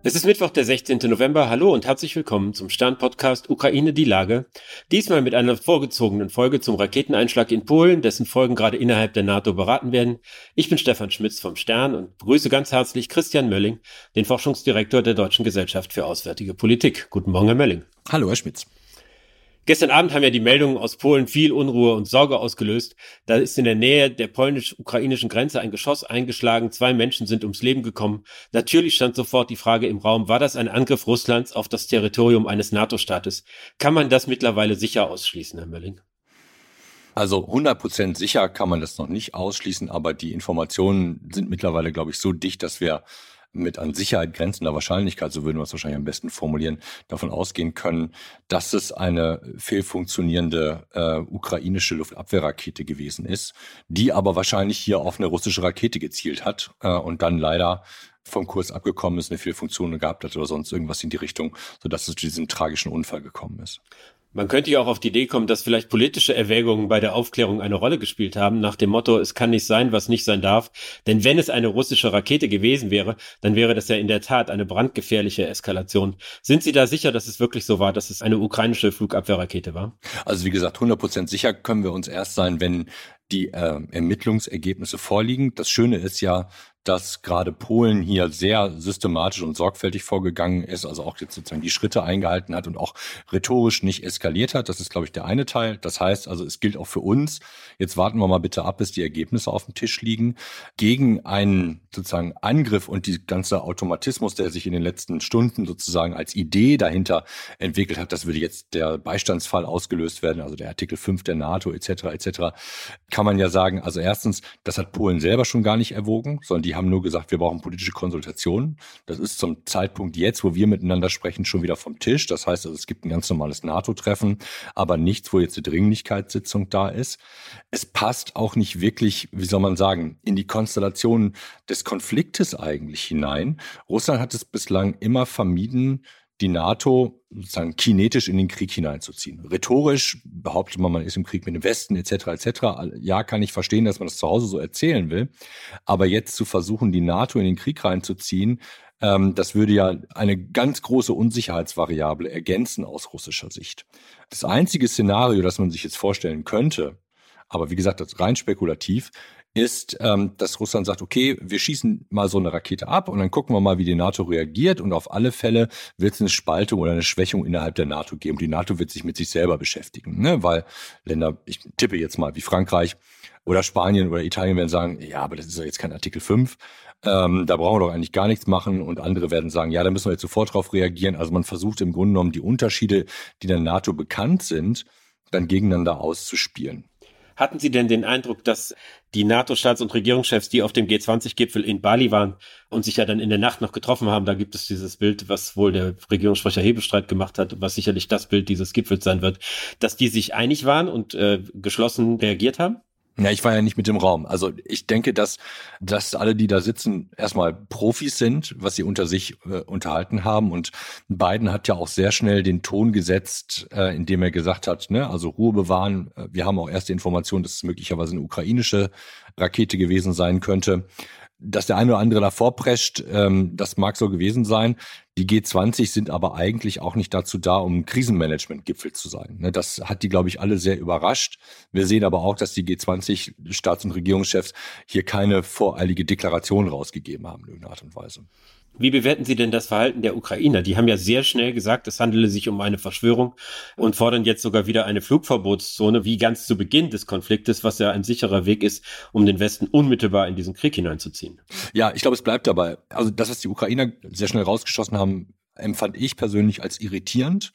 Es ist Mittwoch, der 16. November. Hallo und herzlich willkommen zum Stern-Podcast Ukraine die Lage. Diesmal mit einer vorgezogenen Folge zum Raketeneinschlag in Polen, dessen Folgen gerade innerhalb der NATO beraten werden. Ich bin Stefan Schmitz vom Stern und begrüße ganz herzlich Christian Mölling, den Forschungsdirektor der Deutschen Gesellschaft für Auswärtige Politik. Guten Morgen, Herr Mölling. Hallo, Herr Schmitz. Gestern Abend haben ja die Meldungen aus Polen viel Unruhe und Sorge ausgelöst. Da ist in der Nähe der polnisch-ukrainischen Grenze ein Geschoss eingeschlagen. 2 Menschen sind ums Leben gekommen. Natürlich stand sofort die Frage im Raum, war das ein Angriff Russlands auf das Territorium eines NATO-Staates? Kann man das mittlerweile sicher ausschließen, Herr Mölling? Also 100% sicher kann man das noch nicht ausschließen, aber die Informationen sind mittlerweile, glaube ich, so dicht, dass wir mit an Sicherheit grenzender Wahrscheinlichkeit, so würden wir es wahrscheinlich am besten formulieren, davon ausgehen können, dass es eine fehlfunktionierende ukrainische Luftabwehrrakete gewesen ist, die aber wahrscheinlich hier auf eine russische Rakete gezielt hat und dann leider vom Kurs abgekommen ist, eine Fehlfunktion gehabt hat oder sonst irgendwas in die Richtung, sodass es zu diesem tragischen Unfall gekommen ist. Man könnte ja auch auf die Idee kommen, dass vielleicht politische Erwägungen bei der Aufklärung eine Rolle gespielt haben, nach dem Motto, es kann nicht sein, was nicht sein darf. Denn wenn es eine russische Rakete gewesen wäre, dann wäre das ja in der Tat eine brandgefährliche Eskalation. Sind Sie da sicher, dass es wirklich so war, dass es eine ukrainische Flugabwehrrakete war? Also wie gesagt, 100% sicher können wir uns erst sein, wenn die Ermittlungsergebnisse vorliegen. Das Schöne ist ja, dass gerade Polen hier sehr systematisch und sorgfältig vorgegangen ist, also auch jetzt sozusagen die Schritte eingehalten hat und auch rhetorisch nicht eskaliert hat. Das ist, glaube ich, der eine Teil. Das heißt also, es gilt auch für uns. Jetzt warten wir mal bitte ab, bis die Ergebnisse auf dem Tisch liegen. Gegen einen sozusagen Angriff und die ganze Automatismus, der sich in den letzten Stunden sozusagen als Idee dahinter entwickelt hat, das würde jetzt der Beistandsfall ausgelöst werden, also der Artikel 5 der NATO etc., kann man ja sagen, also erstens, das hat Polen selber schon gar nicht erwogen, sondern die haben nur gesagt, wir brauchen politische Konsultationen. Das ist zum Zeitpunkt jetzt, wo wir miteinander sprechen, schon wieder vom Tisch. Das heißt, also, es gibt ein ganz normales NATO-Treffen, aber nichts, wo jetzt eine Dringlichkeitssitzung da ist. Es passt auch nicht wirklich, wie soll man sagen, in die Konstellation des Konfliktes eigentlich hinein. Russland hat es bislang immer vermieden, die NATO sozusagen kinetisch in den Krieg hineinzuziehen. Rhetorisch behauptet man ist im Krieg mit dem Westen etc. Ja, kann ich verstehen, dass man das zu Hause so erzählen will. Aber jetzt zu versuchen, die NATO in den Krieg reinzuziehen, das würde ja eine ganz große Unsicherheitsvariable ergänzen aus russischer Sicht. Das einzige Szenario, das man sich jetzt vorstellen könnte, aber wie gesagt, das ist rein spekulativ, ist, dass Russland sagt, okay, wir schießen mal so eine Rakete ab und dann gucken wir mal, wie die NATO reagiert und auf alle Fälle wird es eine Spaltung oder eine Schwächung innerhalb der NATO geben. Die NATO wird sich mit sich selber beschäftigen, ne? Weil Länder, ich tippe jetzt mal wie Frankreich oder Spanien oder Italien werden sagen, ja, aber das ist ja jetzt kein Artikel 5, da brauchen wir doch eigentlich gar nichts machen und andere werden sagen, ja, da müssen wir jetzt sofort drauf reagieren. Also man versucht im Grunde genommen die Unterschiede, die der NATO bekannt sind, dann gegeneinander auszuspielen. Hatten Sie denn den Eindruck, dass die NATO-Staats- und Regierungschefs, die auf dem G20-Gipfel in Bali waren und sich ja dann in der Nacht noch getroffen haben, da gibt es dieses Bild, was wohl der Regierungssprecher Hebestreit gemacht hat, was sicherlich das Bild dieses Gipfels sein wird, dass die sich einig waren und geschlossen reagiert haben? Ja, ich war ja nicht mit im Raum. Also ich denke, dass alle, die da sitzen, erstmal Profis sind, was sie unter sich unterhalten haben. Und Biden hat ja auch sehr schnell den Ton gesetzt, indem er gesagt hat, ne, also Ruhe bewahren. Wir haben auch erste Informationen, dass es möglicherweise eine ukrainische Rakete gewesen sein könnte. Dass der eine oder andere davor prescht, das mag so gewesen sein. Die G20 sind aber eigentlich auch nicht dazu da, um ein Krisenmanagement-Gipfel zu sein. Das hat die, glaube ich, alle sehr überrascht. Wir sehen aber auch, dass die G20-Staats- und Regierungschefs hier keine voreilige Deklaration rausgegeben haben in irgendeiner Art und Weise. Wie bewerten Sie denn das Verhalten der Ukrainer? Die haben ja sehr schnell gesagt, es handele sich um eine Verschwörung und fordern jetzt sogar wieder eine Flugverbotszone, wie ganz zu Beginn des Konfliktes, was ja ein sicherer Weg ist, um den Westen unmittelbar in diesen Krieg hineinzuziehen. Ja, ich glaube, es bleibt dabei. Also das, was die Ukrainer sehr schnell rausgeschossen haben, empfand ich persönlich als irritierend.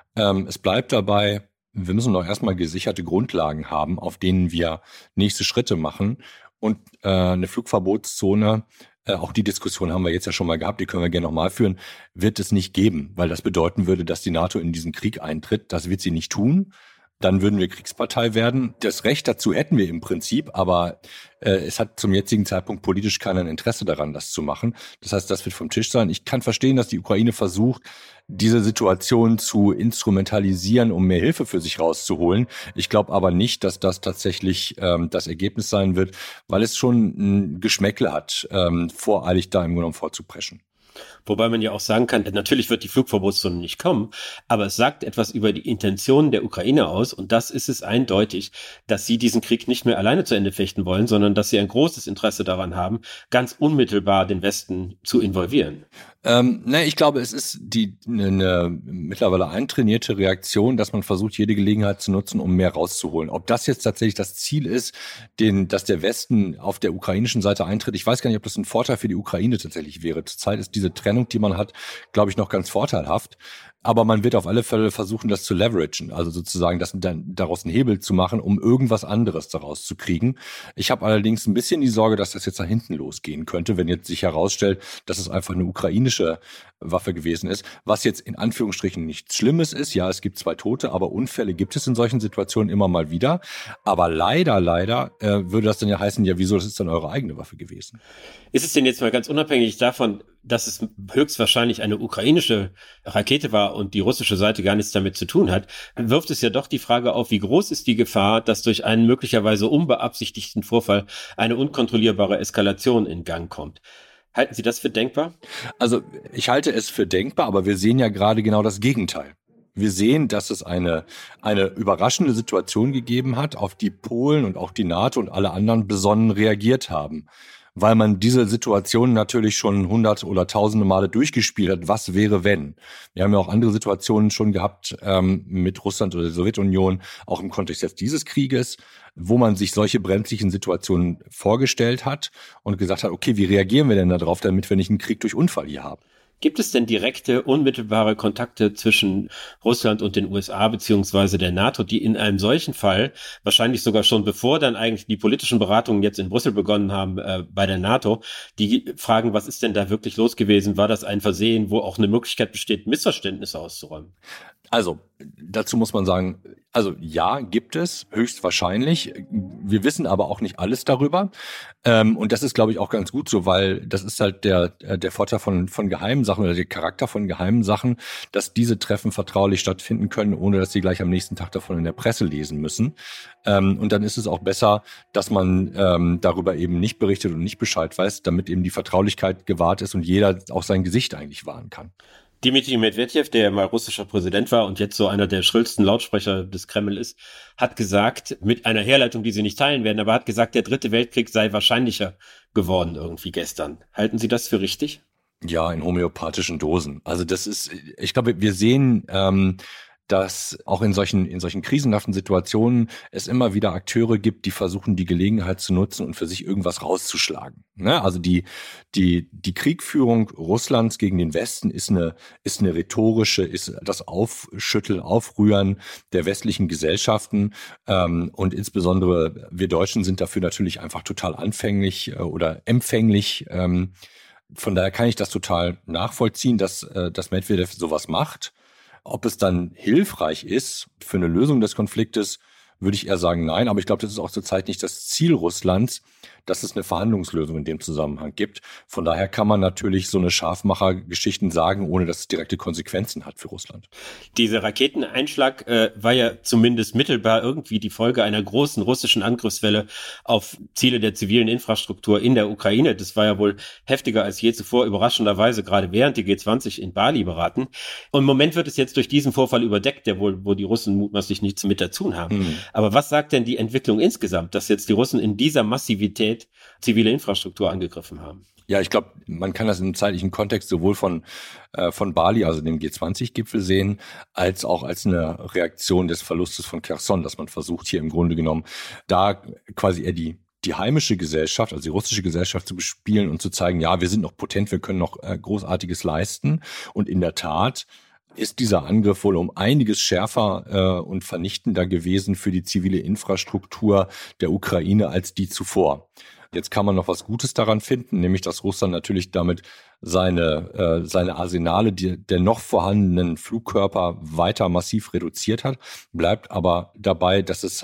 Es bleibt dabei, wir müssen doch erstmal gesicherte Grundlagen haben, auf denen wir nächste Schritte machen. Und eine Flugverbotszone, auch die Diskussion haben wir jetzt ja schon mal gehabt, die können wir gerne nochmal führen, wird es nicht geben, weil das bedeuten würde, dass die NATO in diesen Krieg eintritt. Das wird sie nicht tun. Dann würden wir Kriegspartei werden. Das Recht dazu hätten wir im Prinzip, aber es hat zum jetzigen Zeitpunkt politisch kein Interesse daran, das zu machen. Das heißt, das wird vom Tisch sein. Ich kann verstehen, dass die Ukraine versucht, diese Situation zu instrumentalisieren, um mehr Hilfe für sich rauszuholen. Ich glaube aber nicht, dass das tatsächlich das Ergebnis sein wird, weil es schon ein Geschmäckle hat, voreilig da im Grunde genommen vorzupreschen. Wobei man ja auch sagen kann, natürlich wird die Flugverbotszone nicht kommen, aber es sagt etwas über die Intentionen der Ukraine aus und das ist es eindeutig, dass sie diesen Krieg nicht mehr alleine zu Ende fechten wollen, sondern dass sie ein großes Interesse daran haben, ganz unmittelbar den Westen zu involvieren. Ich glaube, es ist eine mittlerweile eintrainierte Reaktion, dass man versucht, jede Gelegenheit zu nutzen, um mehr rauszuholen. Ob das jetzt tatsächlich das Ziel ist, dass der Westen auf der ukrainischen Seite eintritt, ich weiß gar nicht, ob das ein Vorteil für die Ukraine tatsächlich wäre. Zurzeit ist diese Trennung, die man hat, glaube ich, noch ganz vorteilhaft. Aber man wird auf alle Fälle versuchen, das zu leveragen, also sozusagen daraus einen Hebel zu machen, um irgendwas anderes daraus zu kriegen. Ich habe allerdings ein bisschen die Sorge, dass das jetzt nach hinten losgehen könnte, wenn jetzt sich herausstellt, dass es einfach eine ukrainische Waffe gewesen ist, was jetzt in Anführungsstrichen nichts Schlimmes ist. Ja, es gibt 2 Tote, aber Unfälle gibt es in solchen Situationen immer mal wieder. Aber leider würde das dann ja heißen, ja, wieso, das ist dann eure eigene Waffe gewesen. Ist es denn jetzt mal ganz unabhängig davon, dass es höchstwahrscheinlich eine ukrainische Rakete war und die russische Seite gar nichts damit zu tun hat, wirft es ja doch die Frage auf, wie groß ist die Gefahr, dass durch einen möglicherweise unbeabsichtigten Vorfall eine unkontrollierbare Eskalation in Gang kommt. Halten Sie das für denkbar? Also ich halte es für denkbar, aber wir sehen ja gerade genau das Gegenteil. Wir sehen, dass es eine überraschende Situation gegeben hat, auf die Polen und auch die NATO und alle anderen besonnen reagiert haben. Weil man diese Situation natürlich schon 100 oder tausende Male durchgespielt hat. Was wäre, wenn? Wir haben ja auch andere Situationen schon gehabt mit Russland oder der Sowjetunion, auch im Kontext jetzt dieses Krieges, wo man sich solche brenzlichen Situationen vorgestellt hat und gesagt hat, okay, wie reagieren wir denn darauf, damit wir nicht einen Krieg durch Unfall hier haben? Gibt es denn direkte, unmittelbare Kontakte zwischen Russland und den USA beziehungsweise der NATO, die in einem solchen Fall, wahrscheinlich sogar schon bevor dann eigentlich die politischen Beratungen jetzt in Brüssel begonnen haben bei der NATO, die fragen, was ist denn da wirklich los gewesen? War das ein Versehen, wo auch eine Möglichkeit besteht, Missverständnisse auszuräumen? Also, dazu muss man sagen, also ja, gibt es, höchstwahrscheinlich. Wir wissen aber auch nicht alles darüber. Und das ist, glaube ich, auch ganz gut so, weil das ist halt der Vorteil von geheimen Sachen oder der Charakter von geheimen Sachen, dass diese Treffen vertraulich stattfinden können, ohne dass sie gleich am nächsten Tag davon in der Presse lesen müssen. Und dann ist es auch besser, dass man darüber eben nicht berichtet und nicht Bescheid weiß, damit eben die Vertraulichkeit gewahrt ist und jeder auch sein Gesicht eigentlich wahren kann. Dmitri Medvedev, der ja mal russischer Präsident war und jetzt so einer der schrillsten Lautsprecher des Kreml ist, hat gesagt, mit einer Herleitung, die Sie nicht teilen werden, aber hat gesagt, der 3. Weltkrieg sei wahrscheinlicher geworden irgendwie gestern. Halten Sie das für richtig? Ja, in homöopathischen Dosen. Also das ist, ich glaube, wir sehen, dass auch in solchen krisenhaften Situationen es immer wieder Akteure gibt, die versuchen, die Gelegenheit zu nutzen und für sich irgendwas rauszuschlagen. Ne? Also die Kriegführung Russlands gegen den Westen ist eine rhetorische, ist das Aufrühren der westlichen Gesellschaften. Und insbesondere wir Deutschen sind dafür natürlich einfach total anfänglich oder empfänglich. Von daher kann ich das total nachvollziehen, dass Medvedev sowas macht. Ob es dann hilfreich ist für eine Lösung des Konfliktes, würde ich eher sagen, nein. Aber ich glaube, das ist auch zurzeit nicht das Ziel Russlands, dass es eine Verhandlungslösung in dem Zusammenhang gibt. Von daher kann man natürlich so eine Scharfmacher-Geschichten sagen, ohne dass es direkte Konsequenzen hat für Russland. Dieser Raketeneinschlag war ja zumindest mittelbar irgendwie die Folge einer großen russischen Angriffswelle auf Ziele der zivilen Infrastruktur in der Ukraine. Das war ja wohl heftiger als je zuvor, überraschenderweise gerade während die G20 in Bali beraten. Und im Moment wird es jetzt durch diesen Vorfall überdeckt, der wohl, wo die Russen mutmaßlich nichts mit zu tun haben. Aber was sagt denn die Entwicklung insgesamt, dass jetzt die Russen in dieser Massivität zivile Infrastruktur angegriffen haben? Ja, ich glaube, man kann das im zeitlichen Kontext sowohl von Bali, also dem G20-Gipfel sehen, als auch als eine Reaktion des Verlustes von Cherson, dass man versucht, hier im Grunde genommen da quasi eher die heimische Gesellschaft, also die russische Gesellschaft zu bespielen und zu zeigen, ja, wir sind noch potent, wir können noch Großartiges leisten. Und in der Tat ist dieser Angriff wohl um einiges schärfer und vernichtender gewesen für die zivile Infrastruktur der Ukraine als die zuvor. Jetzt kann man noch was Gutes daran finden, nämlich dass Russland natürlich damit seine Arsenale der noch vorhandenen Flugkörper weiter massiv reduziert hat, bleibt aber dabei, dass es,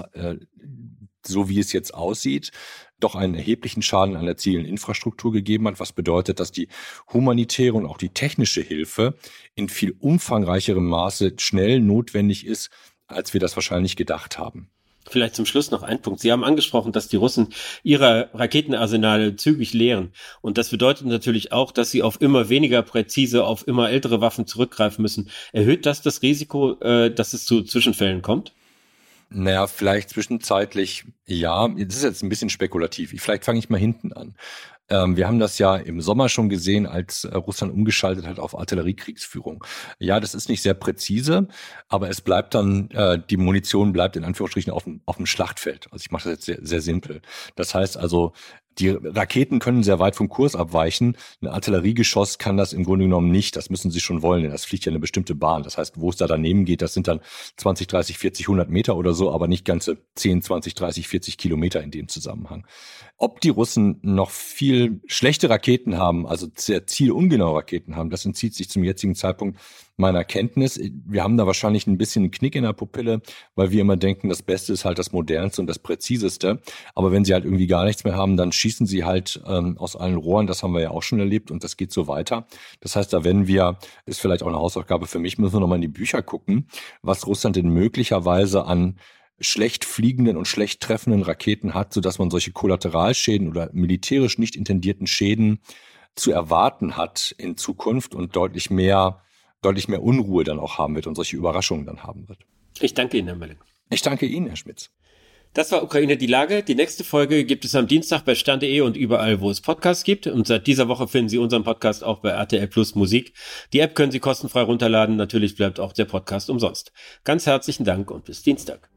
so wie es jetzt aussieht, doch einen erheblichen Schaden an der zivilen Infrastruktur gegeben hat, was bedeutet, dass die humanitäre und auch die technische Hilfe in viel umfangreicherem Maße schnell notwendig ist, als wir das wahrscheinlich gedacht haben. Vielleicht zum Schluss noch ein Punkt. Sie haben angesprochen, dass die Russen ihre Raketenarsenale zügig leeren. Und das bedeutet natürlich auch, dass sie auf immer weniger präzise, auf immer ältere Waffen zurückgreifen müssen. Erhöht das Risiko, dass es zu Zwischenfällen kommt? Naja, vielleicht zwischenzeitlich, ja. Das ist jetzt ein bisschen spekulativ. Vielleicht fange ich mal hinten an. Wir haben das ja im Sommer schon gesehen, als Russland umgeschaltet hat auf Artilleriekriegsführung. Ja, das ist nicht sehr präzise, aber es bleibt dann, die Munition bleibt in Anführungsstrichen auf dem Schlachtfeld. Also ich mache das jetzt sehr, sehr simpel. Das heißt also, die Raketen können sehr weit vom Kurs abweichen. Ein Artilleriegeschoss kann das im Grunde genommen nicht. Das müssen sie schon wollen, denn das fliegt ja eine bestimmte Bahn. Das heißt, wo es da daneben geht, das sind dann 20, 30, 40, 100 Meter oder so, aber nicht ganze 10, 20, 30, 40 Kilometer in dem Zusammenhang. Ob die Russen noch viel schlechte Raketen haben, also sehr zielungenaue Raketen haben, das entzieht sich zum jetzigen Zeitpunkt meiner Kenntnis. Wir haben da wahrscheinlich ein bisschen einen Knick in der Pupille, weil wir immer denken, das Beste ist halt das Modernste und das Präziseste. Aber wenn sie halt irgendwie gar nichts mehr haben, dann schießen sie halt aus allen Rohren. Das haben wir ja auch schon erlebt und das geht so weiter. Das heißt, da werden wir, ist vielleicht auch eine Hausaufgabe für mich, müssen wir nochmal in die Bücher gucken, was Russland denn möglicherweise an schlecht fliegenden und schlecht treffenden Raketen hat, sodass man solche Kollateralschäden oder militärisch nicht intendierten Schäden zu erwarten hat in Zukunft und deutlich mehr Unruhe dann auch haben wird und solche Überraschungen dann haben wird. Ich danke Ihnen, Herr Mölling. Ich danke Ihnen, Herr Schmitz. Das war Ukraine die Lage. Die nächste Folge gibt es am Dienstag bei stern.de und überall, wo es Podcasts gibt. Und seit dieser Woche finden Sie unseren Podcast auch bei RTL Plus Musik. Die App können Sie kostenfrei runterladen. Natürlich bleibt auch der Podcast umsonst. Ganz herzlichen Dank und bis Dienstag.